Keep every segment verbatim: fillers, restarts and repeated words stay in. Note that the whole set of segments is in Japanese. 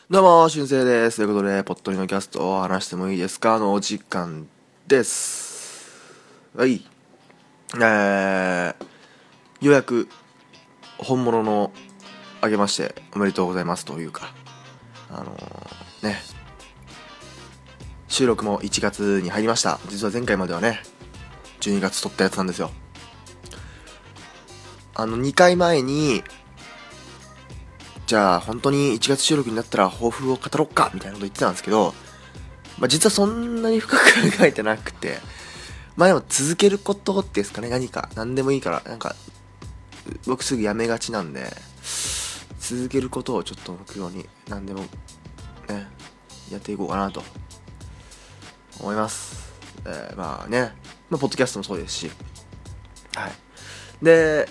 どうも、しゅんせいです。ということで、ぽっとりのキャストを話してもいいですかのお時間です。はい。えー、ようやく、本物のあげまして、おめでとうございますというか、あのー、ね、収録もいちがつに入りました。実は前回まではね、じゅうにがつ撮ったやつなんですよ。あの、にかいまえに、じゃあ、本当にいちがつ収録になったら抱負を語ろっか、みたいなこと言ってたんですけど、まあ、実はそんなに深く考えてなくて、まあでも続けることですかね。何か何でもいいから、なんか僕すぐやめがちなんで、続けることをちょっと目標に何でもねやっていこうかなと思います。えー、まあね、まあポッドキャストもそうですし、はい。で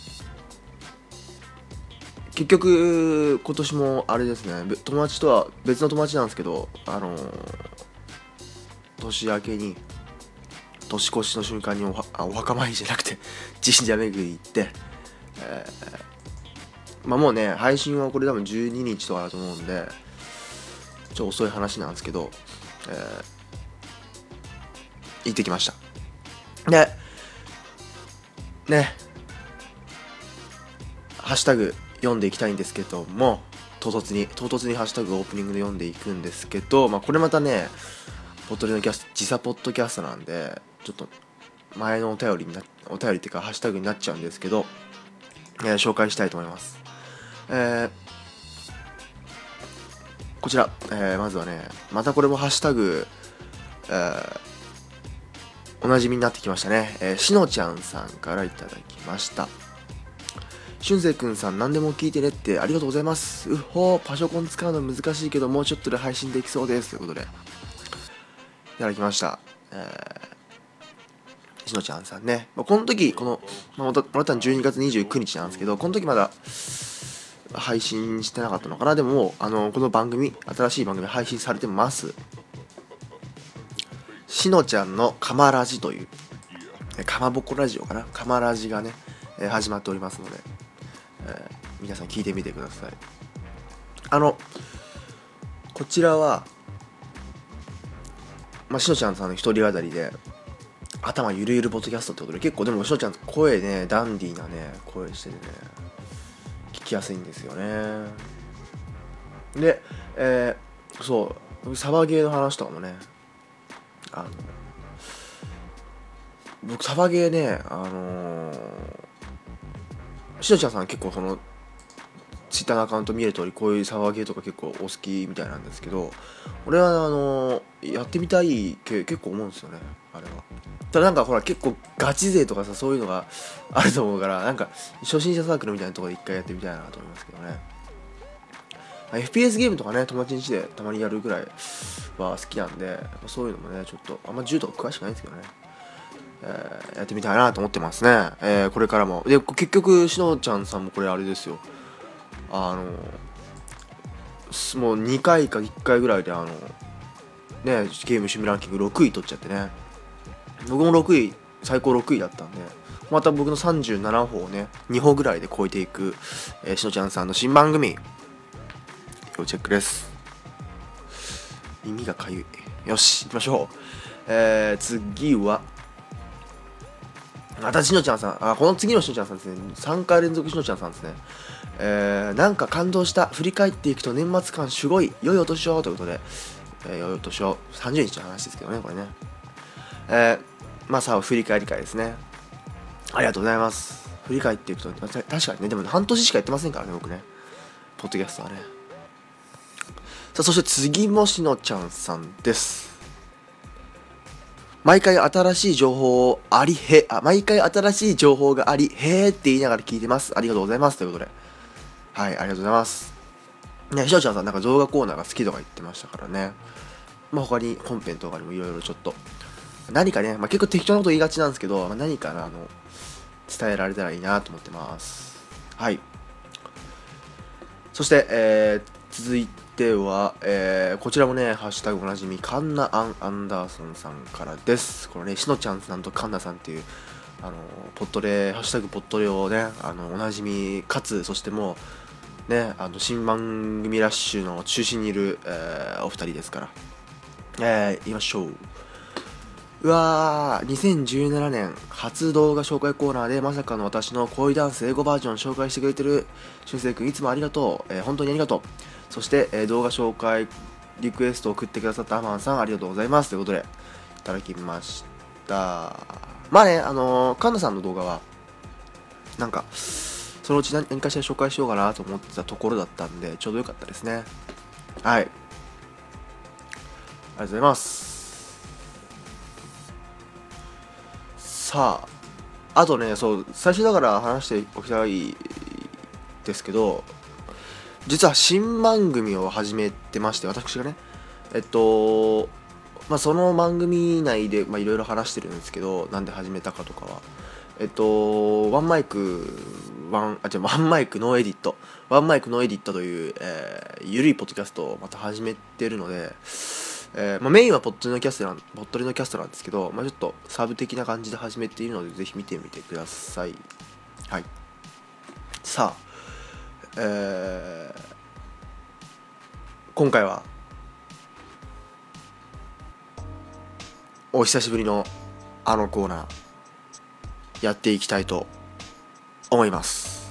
結局今年もあれですね、友達とは別の友達なんですけど、あのー、年明けに年越しの瞬間におはあお墓参りじゃなくて神社巡り行って、えー、まあもうね配信はこれ多分じゅうににちとかだと思うんでちょっと遅い話なんですけど、えー、行ってきました。でねハッシュタグ読んでいきたいんですけども、唐突に唐突にハッシュタグオープニングで読んでいくんですけど、まあこれまたねポッドリのキャスト時差ポッドキャストなんでちょっと前のお便りになお便りっていうかハッシュタグになっちゃうんですけど、えー、紹介したいと思います。えー、こちら、えー、まずはねまたこれもハッシュタグ、えー、おなじみになってきましたね、えー、しのちゃんさんからいただきました。しゅんせいくんさん何でも聞いてねってありがとうございます。うっほーパソコン使うの難しいけどもうちょっとで配信できそうですということでいただきました。えー、しのちゃんさんね、まあ、この時この、まあ、もらったのじゅうにがつにじゅうくにちなんですけど、この時まだ配信してなかったのかな。でももうあのこの番組新しい番組配信されてます。しのちゃんのかまラジというかまぼこラジオかな、かまラジがね、えー、始まっておりますので、えー、皆さん聞いてみてください。あのこちらはまあしのちゃんさんの一人語りで頭ゆるゆるポッドキャストってことで、結構でもしのちゃん声ねダンディーなね声しててね聞きやすいんですよね。で、えー、そうサバゲーの話とかもね、あの僕サバゲーね、あのー、しのちゃんさん結構そのツイッターのアカウント見る通りこういうサバゲーとか結構お好きみたいなんですけど、俺はあのー、やってみたいけ結構思うんですよねあれは。ただなんかほら結構ガチ勢とかさそういうのがあると思うから、なんか初心者サークルみたいなところで一回やってみたいなと思いますけどね。エフピーエス ゲームとかね友達ん家でたまにやるぐらいは好きなんで、そういうのもねちょっとあんま銃とか詳しくないんですけどね、えー、やってみたいなと思ってますね。えー、これからもで結局しのちゃんさんもこれあれですよ、あのもうにかいかいっかいぐらいであのねゲーム趣味ランキングろくい取っちゃってね、僕もろくい最高ろくいだったんで、また僕のさんじゅうななほをねにほぐらいで超えていく、えー、しのちゃんさんの新番組要チェックです。耳がかゆい。よし行きましょう。えー、次はまたしのちゃんさん、あこの次のしのちゃんさんですね、さんかい連続しのちゃんさんですね。えー、なんか感動した、振り返っていくと年末感すごい、良いお年をということで、えー、良いお年をさんじゅうにちの話ですけどねこれね。えー、まあさあ振り返り会ですね。ありがとうございます。振り返っていくと確かにね、でも半年しかやってませんからね僕ね、ポッドキャストはね。さあそして次もしのちゃんさんです。毎回新しい情報ありへあ毎回新しい情報がありへーって言いながら聞いてます。ありがとうございますということで、はい、ありがとうございます。ね、しのちゃんさんなんか動画コーナーが好きとか言ってましたからね。まあ他に本編とかにもいろいろちょっと何かね、まあ、結構適当なこと言いがちなんですけど、まあ、何かなあの伝えられたらいいなと思ってます。はい。そして、えー、続いては、えー、こちらもねハッシュタグおなじみカンナアン・アンダーソンさんからです。このねしのちゃんさんとカンナさんっていうあのポットレハッシュタグポットレをねあのおなじみかつ、そしてもね、あの新番組ラッシュの中心にいる、えーお二人ですから、えー、言いましょう。うわー、にせんじゅうななねん初動画紹介コーナーでまさかの私の恋ダンス英語バージョン紹介してくれてるしゅんせいくん、いつもありがとう、えー本当にありがとう。そして、えー動画紹介リクエストを送ってくださったアマンさん、ありがとうございますということでいただきました。まあね、あのー、カンナさんの動画はなんかそのうち何かしら紹介しようかなと思ってたところだったんで、ちょうどよかったですね。はい、ありがとうございます。さあ、あとね、そう、最初だから話しておきたいですけど、実は新番組を始めてまして、私がね、えっと、まあ、その番組内でいろいろ話してるんですけど、なんで始めたかとかは、えっと、ワンマイク、ワン、あ、違う、ワンマイクノーエディット、ワンマイクノーエディットという、えー、ゆるいポッドキャストをまた始めてるので、えーまあ、メインはポッドリのキャストなんポッドリのキャストなんですけど、まあ、ちょっとサブ的な感じで始めているので、ぜひ見てみてください。はい。さあ、えー、今回はお久しぶりのあのコーナーやっていきたいと思います。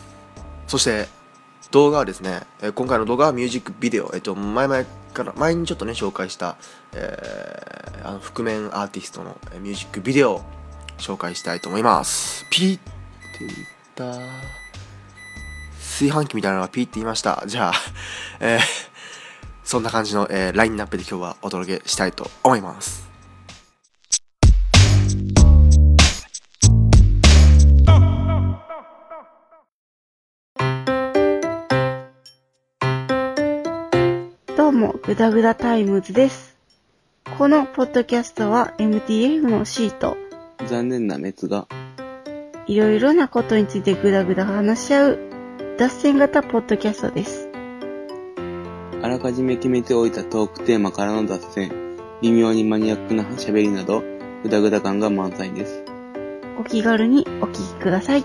そして動画はですね、えー今回の動画はミュージックビデオ、えっと前々から前にちょっとね紹介した、えーあの覆面アーティストのえーミュージックビデオを紹介したいと思います。ピーって言った、炊飯器みたいなのがピーって言いました。じゃあ、えーそんな感じの、えーラインナップで今日はお届けしたいと思います。 どうも、グダグダタイムズです。このポッドキャストは エムティーエフ のシート、 残念な滅がいろいろなことについてグダグダ話し合う脱線型ポッドキャストです。 あらかじめ決めておいたトークテーマからの脱線、微妙にマニアックな喋りなど、グダグダ感が満載です。 お気軽にお聞きください。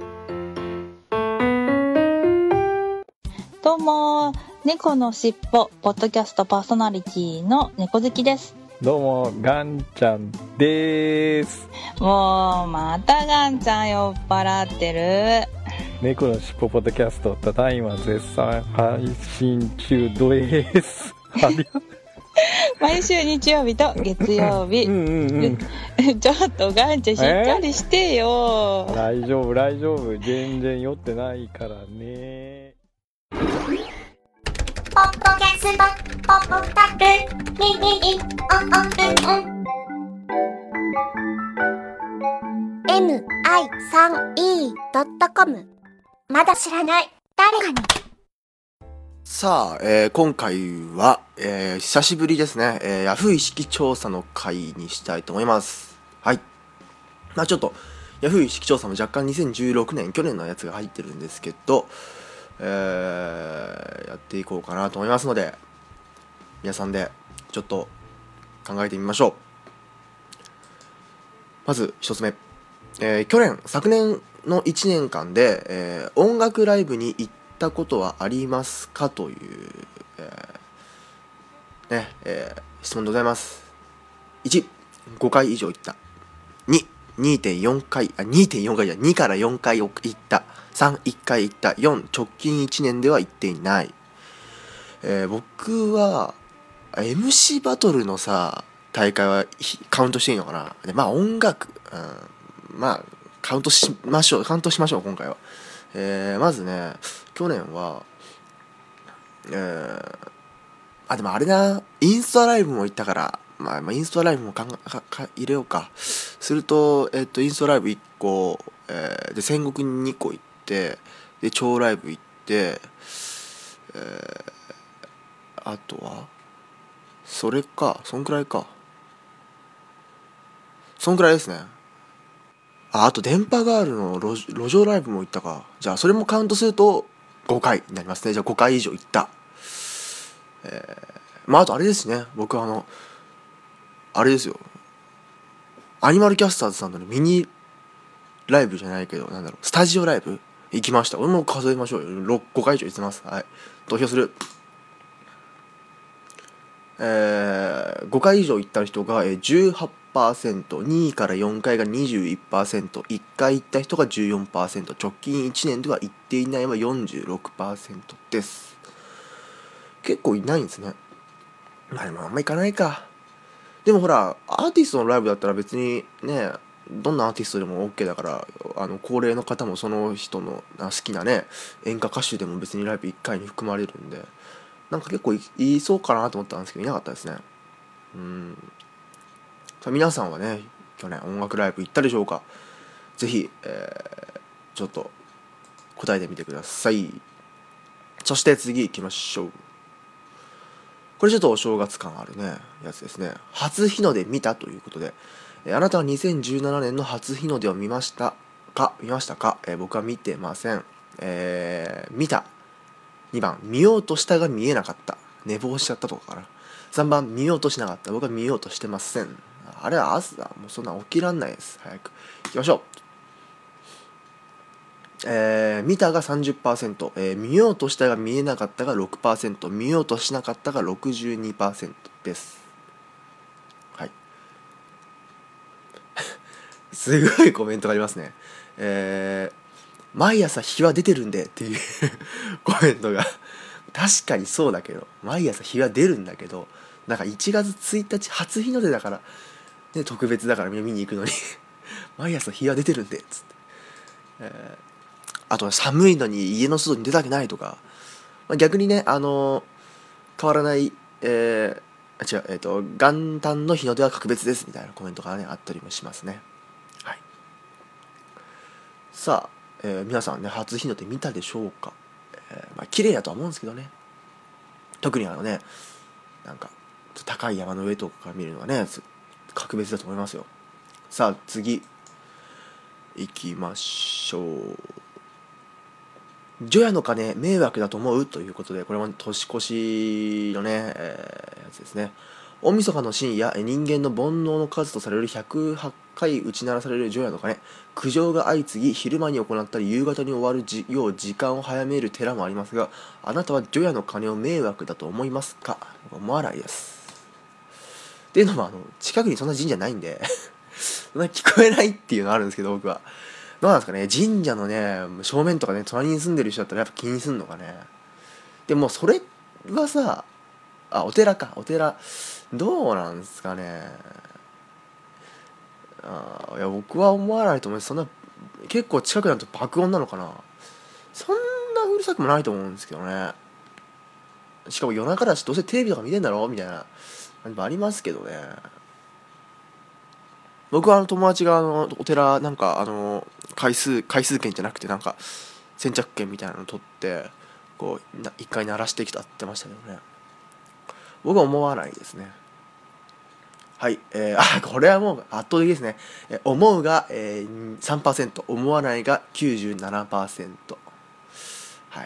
どうも、猫のしっぽポッドキャストパーソナリティの猫好きです。 どうもガンちゃんでーす。 もうまたガンちゃん酔っ払ってる。 猫のしっぽポッドキャストただいま絶賛配信中です。 毎週日曜日と月曜日。 うんうんうん。 ちょっとガンちゃんしっかりしてよ。 大丈夫大丈夫、全然酔ってないからね。 ポッドキャストポッドタルミミミオンオンルン エムアイスリーイードットコム まだ知らない誰かに。 さあ、えー今回は、えー久しぶりですね、えー、ヤフー意識調査の回にしたいと思います。はい。まあちょっとヤフー意識調査も若干にせんじゅうろくねん、去年のやつが入ってるんですけど、えーやっていこうかなと思いますので、皆さんでちょっと考えてみましょう。まず一つ目、えー去年昨年のいちねんかんで、えー音楽ライブに行ったことはありますかという、えーねえー質問でございます。いち、ごかい以上行った。に、にてんよんかい、あ、にてんよんかいじゃにからよんかい行った。さん、いっかい行った。よん、直近いちねんでは行っていない。えー僕は エムシー バトルのさ大会はひカウントしていいのかな。でまあ音楽、うん、まあカウントしましょうカウントしましょう今回は。えーまずね、去年はえーあでもあれな、インスタライブも行ったから、まあ、まあインスタライブもかんかか入れようか。するとえっとインスタライブいっこ、えーで戦国ににこ行って、で超ライブ行って、えーあとはそれか、そんくらいか、そんくらいですね。ああと電波ガールの路路上ライブも行ったか。じゃあそれもカウントするとごかいになりますね。じゃあごかい以上行った。えー、まああとあれですね、僕あのあれですよ、アニマルキャスターズさんの、ね、ミニライブじゃないけど、なんだろう、スタジオライブ行きました。俺も数えましょうよ。ろっ、ごかい以上行ってます。はい。投票する。えー、ごかい以上行った人が じゅうはちパーセント、にいからよんかいが にじゅういちパーセント、いっかい行った人が じゅうよんパーセント、直近いちねんでは行っていないは よんじゅうろくパーセント です。結構いないんですね。まあでもあんま行かないか。でもほら、アーティストのライブだったら別にね、どんなアーティストでも OK だから、あの高齢の方もその人の好きなね、演歌歌手でも別にライブいっかいに含まれるんで、なんか結構いいそうかなと思ったんですけど、いなかったですね。うん。さあ皆さんはね、去年音楽ライブ行ったでしょうか。ぜひ、えー、ちょっと答えてみてください。そして次行きましょう。これちょっとお正月感あるね、やつですね。初日の出見たということで、えー、あなたはにせんじゅうななねんの初日の出を見ましたか見ましたか、えー、僕は見てません。えー、見た。にばん、見ようとしたが見えなかった。寝坊しちゃったとかかな。さんばん、見ようとしなかった。僕は見ようとしてません。あれは朝だ。もうそんな起きらんないです。早く行きましょう。えー、見たが さんじゅっパーセント、えー、見ようとしたが見えなかったが ろくパーセント、見ようとしなかったが ろくじゅうにパーセント です。はい。すごいコメントがありますね。えー、毎朝日は出てるんでっていうコメントが確かにそうだけど、毎朝日は出るんだけど、なんかいちがつついたち初日の出だから、ね、特別だから見に行くのに毎朝日は出てるんでっつって、えー、あと寒いのに家の外に出たくないとか、まあ、逆にね、あのー、変わらない、えー、違う、えっと元旦の日の出は格別ですみたいなコメントがねあったりもしますね。はい。さあ、えー、皆さんね、初日の出見たでしょうか。えー、まあ綺麗だとは思うんですけどね。特にあのね、なんか高い山の上とかから見るのはね、格別だと思いますよ。さあ次行きましょう。除夜の鐘迷惑だと思うということで、これも年越しのね、えー、やつですね。大晦日の深夜、人間の煩悩の数とされるひゃくはちかい打ち鳴らされる除夜の鐘、苦情が相次ぎ昼間に行ったり夕方に終わるよう時間を早める寺もありますが、あなたは除夜の鐘を迷惑だと思いますか？思わないです。っていうのも、あの近くにそんな神社ないんでそんな聞こえないっていうのがあるんですけど、僕はどうなんですかね。神社のね正面とかね、隣に住んでる人だったらやっぱ気にすんのかね。でもそれはさ、あ、お寺か、お寺どうなんですかね。あ、いや僕は思わないと思う。そんな結構近くなると爆音なのかな。そんなうるさくもないと思うんですけどね。しかも夜中だし、どうせテレビとか見てんだろみたいな感じもありますけどね。僕はあの友達があのお寺なんかあの回数回数券じゃなくてなんか先着券みたいなの取ってこう一回鳴らしてきたって言ってましたけどね。僕は思わないですね。はい、えー、あ、これはもう圧倒的ですね。えー、思うが、えー、さんパーセント、思わないが きゅうじゅうななパーセント。はい。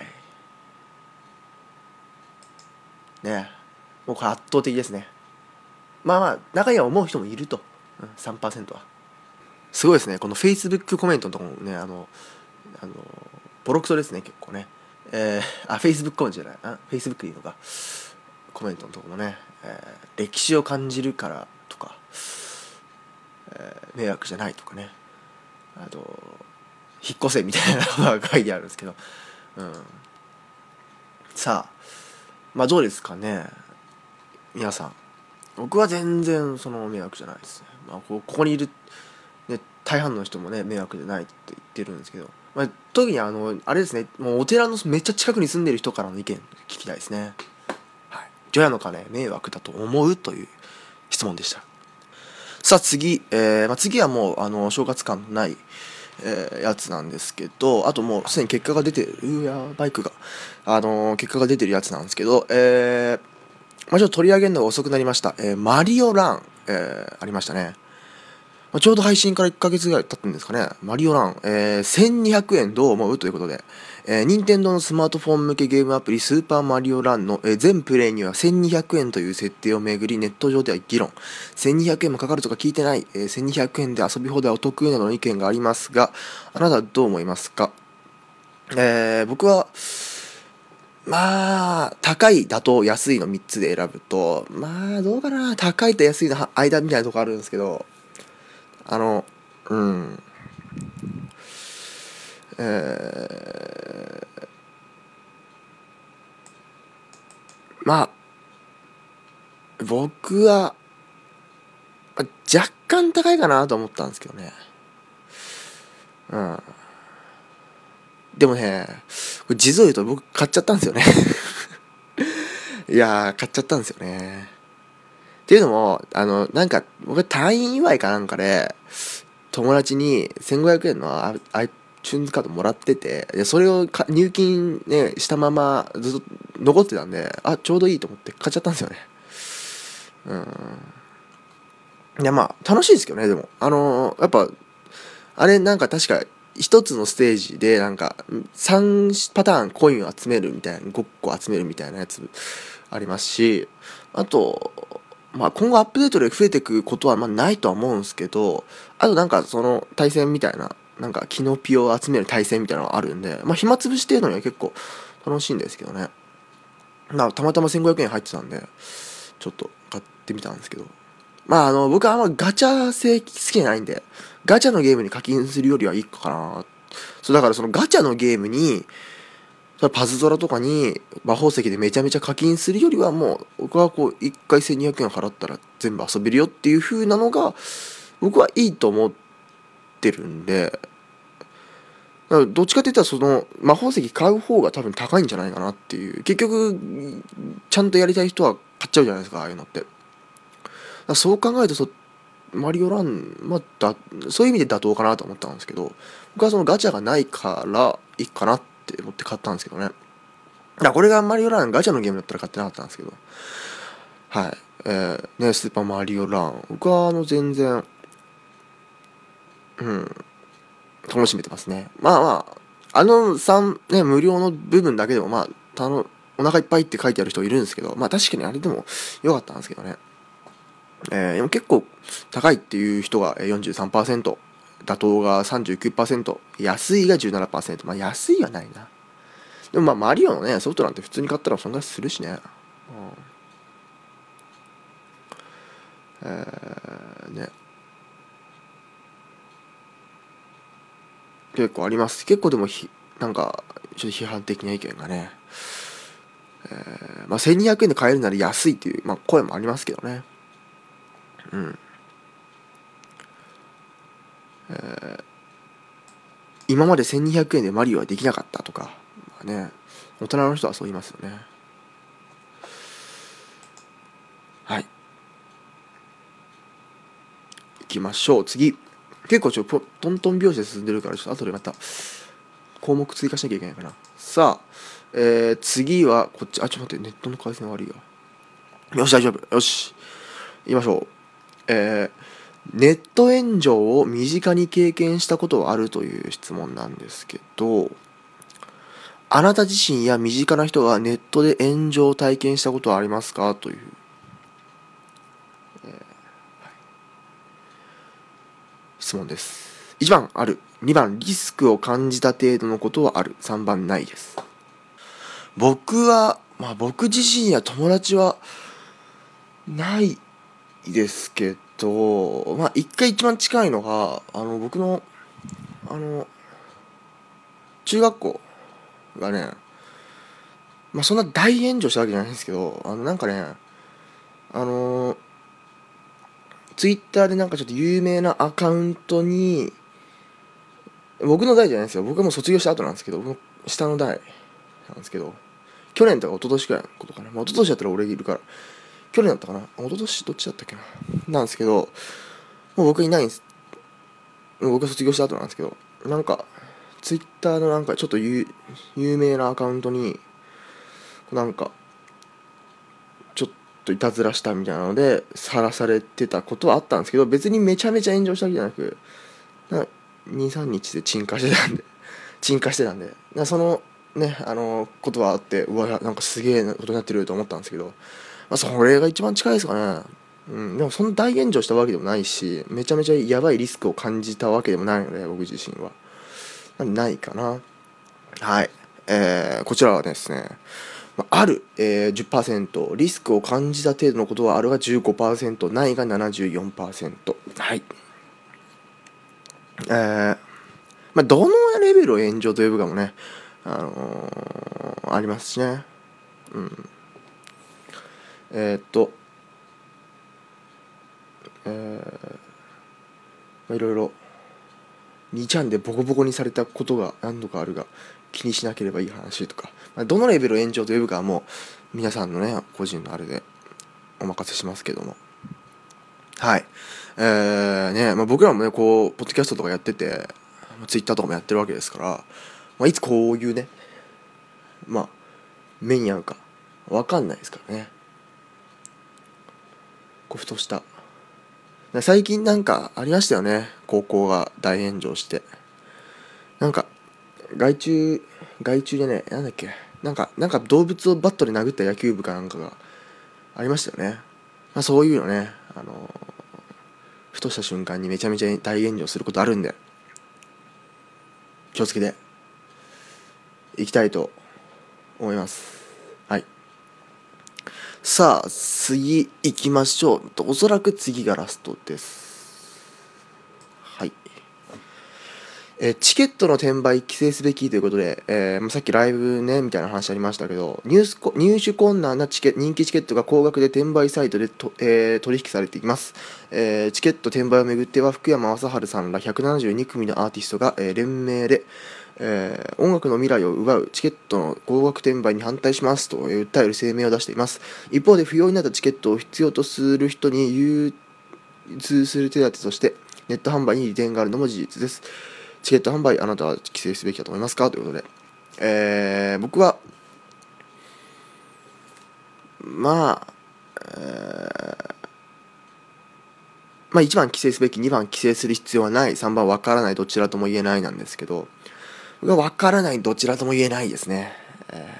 ね、もうこれ圧倒的ですね。まあまあ中には思う人もいると、うん、さんパーセント は。すごいですね。この Facebook コメントのところもね、あの、あのボロクソですね、結構ね。えー、あ、Facebook コメントじゃない、あ、Facebook でいいのか。コメントのところもね、えー、歴史を感じるからとか、えー、迷惑じゃないとかね、あと引っ越せみたいなことが書いてあるんですけど、うん、さあ、まあどうですかね皆さん。僕は全然その迷惑じゃないですね。まあ、こ, ここにいる、ね、大半の人もね迷惑じゃないって言ってるんですけど、まあ、特にあのあれですね、もうお寺のめっちゃ近くに住んでる人からの意見聞きたいですね。除夜の鐘迷惑だと思うという質問でした。さあ次、えーまあ、次はもうあの正月感のない、えー、やつなんですけど、あともうすでに結果が出てる、うやバイクが、あのー、結果が出てるやつなんですけど、えーまあ、ちょっと取り上げるのが遅くなりました。えー、マリオラン、えー、ありましたね。まあ、ちょうど配信からいっかげつぐらい経ったんですかね。マリオラン、えー、せんにひゃくえんどう思うということで、えー、任天堂のスマートフォン向けゲームアプリスーパーマリオランの、えー、全プレイにはせんにひゃくえんという設定をめぐりネット上では議論。せんにひゃくえんもかかるとか聞いてない、えー、せんにひゃくえんで遊び放題お得意などの意見がありますが、あなたはどう思いますか？ えー、僕はまあ高いだと安いのみっつで選ぶと、まあどうかな、高いと安いの間みたいなとこあるんですけど、あのうんえー、まあ僕は若干高いかなと思ったんですけどね。うんでもね、これ実を言うと僕買っちゃったんですよねいやー買っちゃったんですよね。っていうのも、あのなんか僕退院祝いかなんかで友達にせんごひゃくえんの iTunes カードもらってて、でそれをか入金ねしたままずっと残ってたんで、あちょうどいいと思って買っちゃったんですよね。うんいやまあ楽しいですけどね。でもあのー、やっぱあれなんか確か一つのステージでなんかさんパターンコインを集めるみたいな、ごこ集めるみたいなやつありますし、あとまあ今後アップデートで増えていくことはまあないとは思うんですけど、あとなんかその対戦みたいな、なんかキノピオを集める対戦みたいなのがあるんで、まあ暇つぶし程度には結構楽しいんですけどね。まあたまたませんごひゃくえん入ってたんでちょっと買ってみたんですけど、まああの僕はあんまガチャ性好きじゃないんで、ガチャのゲームに課金するよりはいいかな。そうだからそのガチャのゲームにパズドラとかに魔法石でめちゃめちゃ課金するよりは、もう僕はこういっかいせんにひゃくえん払ったら全部遊べるよっていう風なのが僕はいいと思ってるんで、だからどっちかっていったらその魔法石買う方が多分高いんじゃないかなっていう。結局ちゃんとやりたい人は買っちゃうじゃないですか、ああいうのって。だからそう考えるとそマリオラン、まあ、だそういう意味で妥当かなと思ったんですけど、僕はそのガチャがないからいいかなって思って買ったんですけどね。だからこれがマリオランガチャのゲームだったら買ってなかったんですけど、はい、えー、ねスーパーマリオラン、僕はあの全然うん楽しめてますね。まあまああのさんね無料の部分だけでもまあたのお腹いっぱいって書いてある人いるんですけど、まあ確かにあれでも良かったんですけどね。えー、でも結構高いっていう人が よんじゅうさんパーセント、 妥当が さんじゅうきゅうパーセント、 安いが じゅうななパーセント。 まあ安いはないな。でもまあマリオのねソフトなんて普通に買ったらそんぐらいするしね。うん、えー、ね結構あります。結構でもひなんかちょっと批判的な意見がね、えー、まあせんにひゃくえんで買えるなら安いっていう、まあ、声もありますけどね。うん、えー、今までせんにひゃくえんでマリオはできなかったとか、まあね、大人の人はそう言いますよね。はい、行きましょう。次結構ちょっとトントン拍子で進んでるから、ちょっと後でまた項目追加しなきゃいけないかな。さあ、えー、次はこっち。あちょっと待って、ネットの回線悪いわ。よし大丈夫、よし行きましょう。えー、ネット炎上を身近に経験したことはあるという質問なんですけど、あなた自身や身近な人がネットで炎上を体験したことはありますかという、えーはい、質問です。いちばんある、にばんリスクを感じた程度のことはある、さんばんないです。僕はまあ僕自身や友達はないですけど、まあ一回一番近いのがあの僕のあの中学校がね、まあそんな大炎上したわけじゃないんですけど、あのなんかねあのツイッターでなんかちょっと有名なアカウントに、僕の代じゃないですよ、僕はもう卒業した後なんですけど、僕の下の代なんですけど、去年とか一昨年くらいのことかな、まあ、一昨年だったら俺いるから去年だったかな、一昨年どっちだったっけな、なんですけど、もう僕いないんです。僕が卒業した後なんですけど、なんかツイッターのなんかちょっと有名なアカウントになんかちょっといたずらしたみたいなのでさらされてたことはあったんですけど、別にめちゃめちゃ炎上したわけじゃなく、にさんにちで鎮火してたんで鎮火してたんでそのねあのことはあって、うわなんかすげえことになってると思ったんですけど、まあ、それが一番近いですかね。うん、でもそんな大炎上したわけでもないし、めちゃめちゃやばいリスクを感じたわけでもないので、僕自身はないかな。 はい、えー、こちらはですね、ある、えー、じゅっパーセント、リスクを感じた程度のことはあるが じゅうごパーセント、ないが ななじゅうよんパーセント。はい。えー、まあ、どのレベルを炎上と呼ぶかもね、あのー、ありますしね。うん。えー、っと、えー、まあ、いろいろ、にちゃんでボコボコにされたことが何度かあるが、気にしなければいい話とか、まあ、どのレベルを炎上と呼ぶかはもう、皆さんのね、個人のあれでお任せしますけども。はい。えー、ね、まあ、僕らもね、こう、ポッドキャストとかやってて、ツイッターとかもやってるわけですから、まあ、いつこういうね、まあ、目に遭うか、わかんないですからね。こう、ふとした。最近なんかありましたよね。高校が大炎上して。なんか、害虫、害虫でね、なんだっけ、なんか、なんか動物をバットで殴った野球部かなんかがありましたよね。まあ、そういうのね、あのー、ふとした瞬間にめちゃめちゃ大炎上することあるんで、気をつけていきたいと思います。はい。さあ、次行きましょう。おそらく次がラストです。はい。えー、チケットの転売規制すべきということで、えー、さっきライブねみたいな話ありましたけど、入手入手困難なチケ人気チケットが高額で転売サイトでと、えー、取引されています。えー、チケット転売をめぐっては福山雅治さんらひゃくななじゅうに組のアーティストが、えー、連名で、えー、音楽の未来を奪うチケットの高額転売に反対しますと、えー、訴える声明を出しています。一方で不要になったチケットを必要とする人に融通する手立てとしてネット販売に利点があるのも事実です。チケット販売あなたは規制すべきだと思いますかということで、えー、僕はまあ、えー、まあいちばん規制すべき、にばん規制する必要はない、さんばんわからない、どちらとも言えないなんですけど、僕はわからない、どちらとも言えないですね。えー、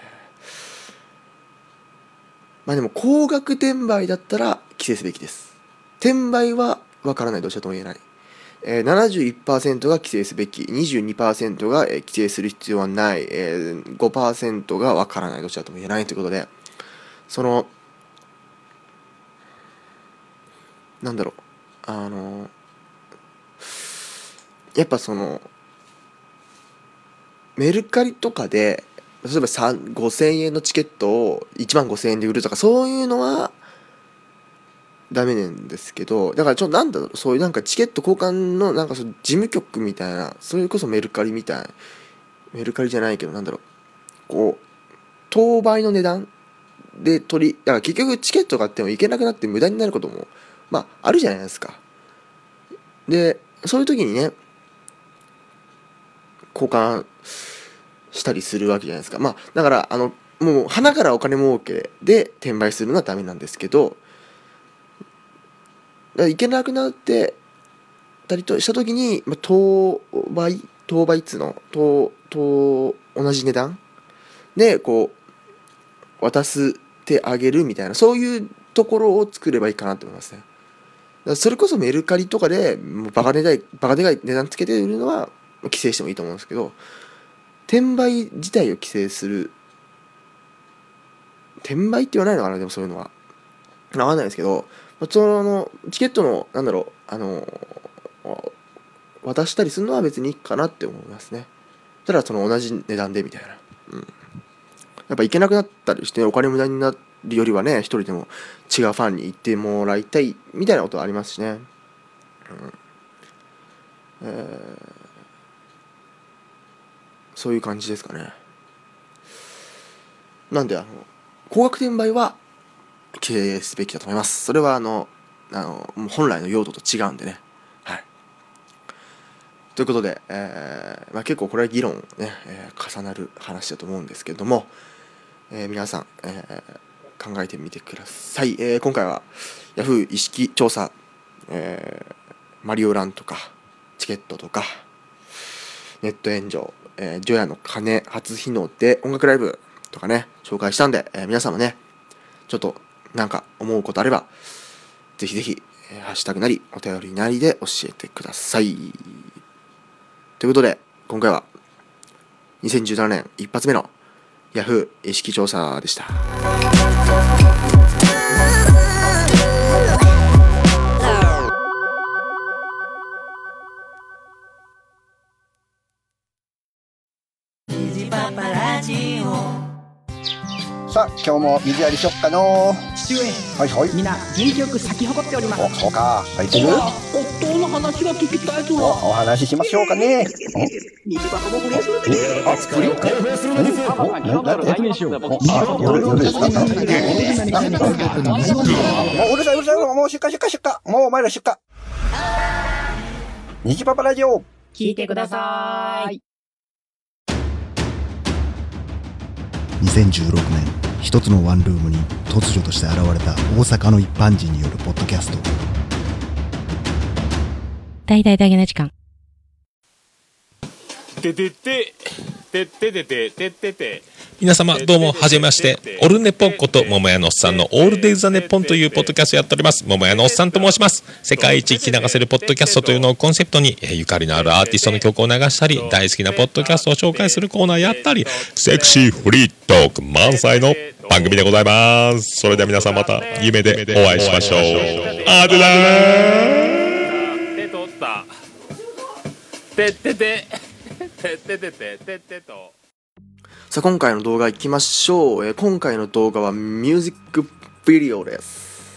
まあでも高額転売だったら規制すべきです。転売はわからない、どちらとも言えない。えー、ななじゅういちパーセント が規制すべき、にじゅうにパーセント が、えー、規制する必要はない、えー、ごパーセント がわからない、どちらとも言えないということで、その、なんだろう、あの、やっぱその、メルカリとかで、例えばごせんえんのチケットをいちまんごせんえんで売るとか、そういうのは、ダメなんですけど、だからちょっとなんだろう、そういうなんかチケット交換のなんかその事務局みたいな、それこそメルカリみたいな、メルカリじゃないけどなんだろう、こう当倍の値段で取り、だから結局チケット買っても行けなくなって無駄になることもまああるじゃないですか。でそういう時にね、交換したりするわけじゃないですか。まあだからあのもう花からお金儲けで転売するのはダメなんですけど、行けなくなってたりとした時に、まあ、当倍当倍っつうの当当同じ値段でこう渡してあげるみたいな、そういうところを作ればいいかなと思いますね。だからそれこそメルカリとかでもうバカでかいバカでかい値段つけて売るのは規制してもいいと思うんですけど、転売自体を規制する、転売って言わないのかな、でもそういうのは分かんないですけど、そのチケットのなんだろう、あの渡したりするのは別にいいかなって思いますね。ただその同じ値段でみたいな、うん、やっぱ行けなくなったりしてお金無駄になるよりはね、一人でも違うファンに行ってもらいたいみたいなことはありますしね、うん、えー、そういう感じですかね。なんであの高額転売は規制すべきだと思います。それはあのあの本来の用途と違うんでね。はい。ということで、えーまあ、結構これは議論ね、えー、重なる話だと思うんですけれども、えー、皆さん、えー、考えてみてください。えー、今回は Yahoo 意識調査、えー、マリオランとかチケットとかネット炎上、えー、除夜の鐘初日の出音楽ライブとかね紹介したんで、えー、皆さんもねちょっとなんか思うことあればぜひぜひ、えー、ハッシュタグなりお便りなりで教えてください。ということで今回はにせんじゅうななねん一発目のヤフー意識調査でした。 さあ今日も水やりしよっかの。 父上、 はいはい。 みんな元気よく咲き誇っております。 お、そうか。咲いてる。 夫の話が聞きたいぞ。 お、お話ししましょうかね。 虹パパも不倫するんです。 あ、不倫。パパさん、今から来年しよう。あ、夜夜ですか。もううるさいうるさい、もう出荷出荷出荷。もうお前ら出荷。虹パパラジオ。 聞いてください。 にせんじゅうろくねん、一つのワンルームに突如として現れた大阪の一般人によるポッドキャスト。 大々大げな時間。 てててててててててて。 皆様どうもはじめまして。オルネポンこと桃屋のおっさんのオールデイズ・ザ・ネッポンというポッドキャストやっております。桃屋のおっさんと申します。世界一聞き流せるポッドキャストというのをコンセプトに、ゆかりのあるアーティストの曲を流したり、大好きなポッドキャストを紹介するコーナーやったり、セクシーフリートーク満載の番組でございます。それでは皆さんまた夢でお会いしましょう。あでだー。 手取った。てててててててててと。 さあ今回の動画いきましょう。えー、今回の動画はミュージックビデオです。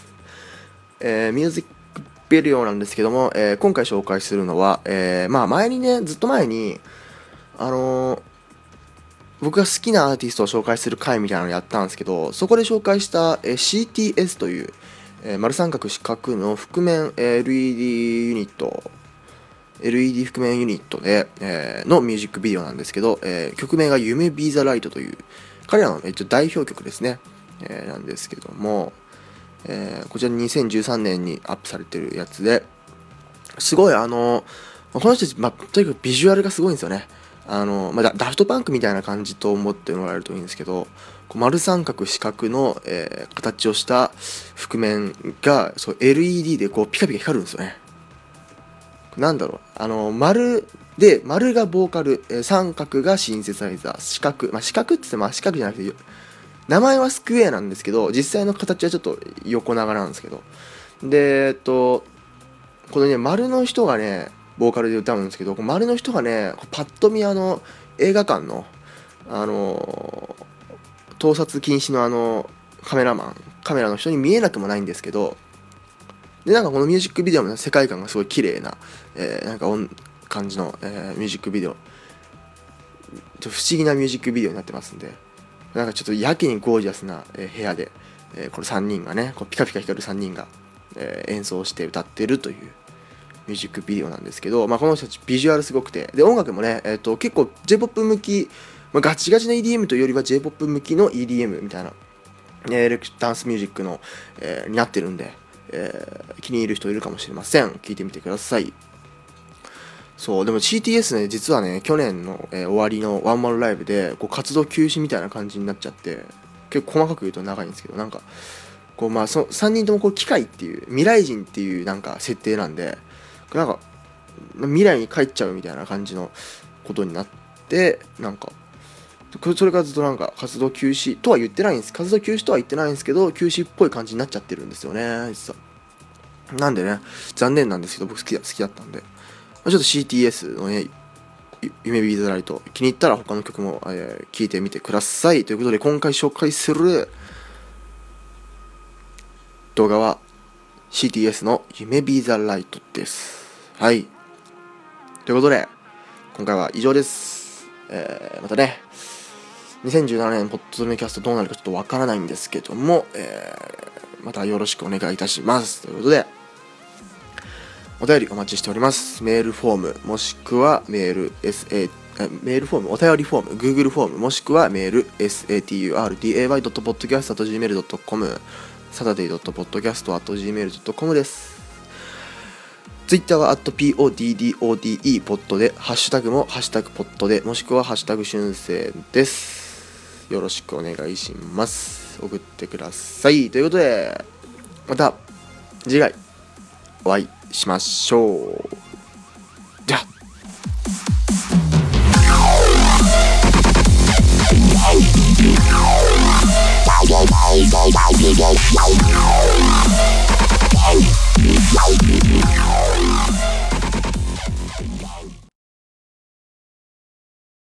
えー、ミュージックビデオなんですけども、えー、今回紹介するのは、えー、まあ前にね、ずっと前に、あのー、僕が好きなアーティストを紹介する回みたいなのをやったんですけど、そこで紹介した、えー、シーティーエス という、えー、丸三角四角の覆面 エルイーディー ユニット、エルイーディー 覆面ユニットで、えー、のミュージックビデオなんですけど、えー、曲名が夢ビーザライトという彼らの一応代表曲ですね、えー、なんですけども、えー、こちらにせんじゅうさんねんにアップされてるやつですごいあのこの人たち、まあ、とにかくビジュアルがすごいんですよね。あの、まあ、ダフトパンクみたいな感じと思ってもらえるといいんですけど、こう丸三角四角の、えー、形をした覆面がそう エルイーディー でこうピカピカ光るんですよね。なんだろう、あの丸で丸がボーカル、えー、三角がシンセサイザー、四角、まあ、四角って言ってまあ四角じゃなくて名前はスクエアなんですけど実際の形はちょっと横長なんですけど、でえっとこのね丸の人がねボーカルで歌うんですけど、丸の人がねパッと見あの映画館のあの盗撮禁止のあのカメラマンカメラの人に見えなくもないんですけど、でなんかこのミュージックビデオの世界観がすごい綺麗な、えー、なんか感じの、えー、ミュージックビデオ、ちょ不思議なミュージックビデオになってますんで、なんかちょっとやけにゴージャスな、えー、部屋で、えー、これさんにんがねこうピカピカ光るさんにんが、えー、演奏して歌ってるというミュージックビデオなんですけど、まあ、この人たちビジュアルすごくて、で音楽もね、えー、と結構 J-ポップ 向き、まあ、ガチガチな イーディーエム というよりは J-ポップ 向きの イーディーエム みたいな、エレクダンスミュージックの、えー、になってるんで、えー、気に入る人いるかもしれません。聞いてみてください。そうでも シーティーエス ね、実はね去年の、えー、終わりのワンマンライブでこう活動休止みたいな感じになっちゃって、結構細かく言うと長いんですけど、なんかこうまあそさんにんともこう機械っていう未来人っていうなんか設定なんで、なんか未来に帰っちゃうみたいな感じのことになって、なんかそれからずっとなんか活動休止とは言ってないんです。活動休止とは言ってないんですけど、休止っぽい感じになっちゃってるんですよね、実は。なんでね、残念なんですけど、僕好きだ、好きだったんで、ちょっと シーティーエス のね、夢ビーザライト、気に入ったら他の曲も、えー、聴いてみてください。ということで、今回紹介する動画は シーティーエス の夢ビーザライトです。はい。ということで、今回は以上です。えー、またね、にせんじゅうななねんポッドキャストどうなるかちょっとわからないんですけども、えー、またよろしくお願いいたします。ということで、お便りお待ちしております。メールフォームもしくはメール エスエー メールフォームお便りフォーム Google フォームもしくはメール エスエーティーユーアールディーエーワイドットポッドキャストアットジーメールドットコム サタデードットポッドキャストアットジーメールドットコム です。ツイッターは アット ピーオーディーディーオーディーイー ポッドで、ハッシュタグもハッシュタグポッドで、もしくはハッシュタグ春生です。よろしくお願いします。送ってください。ということで、また次回お会いしましょう。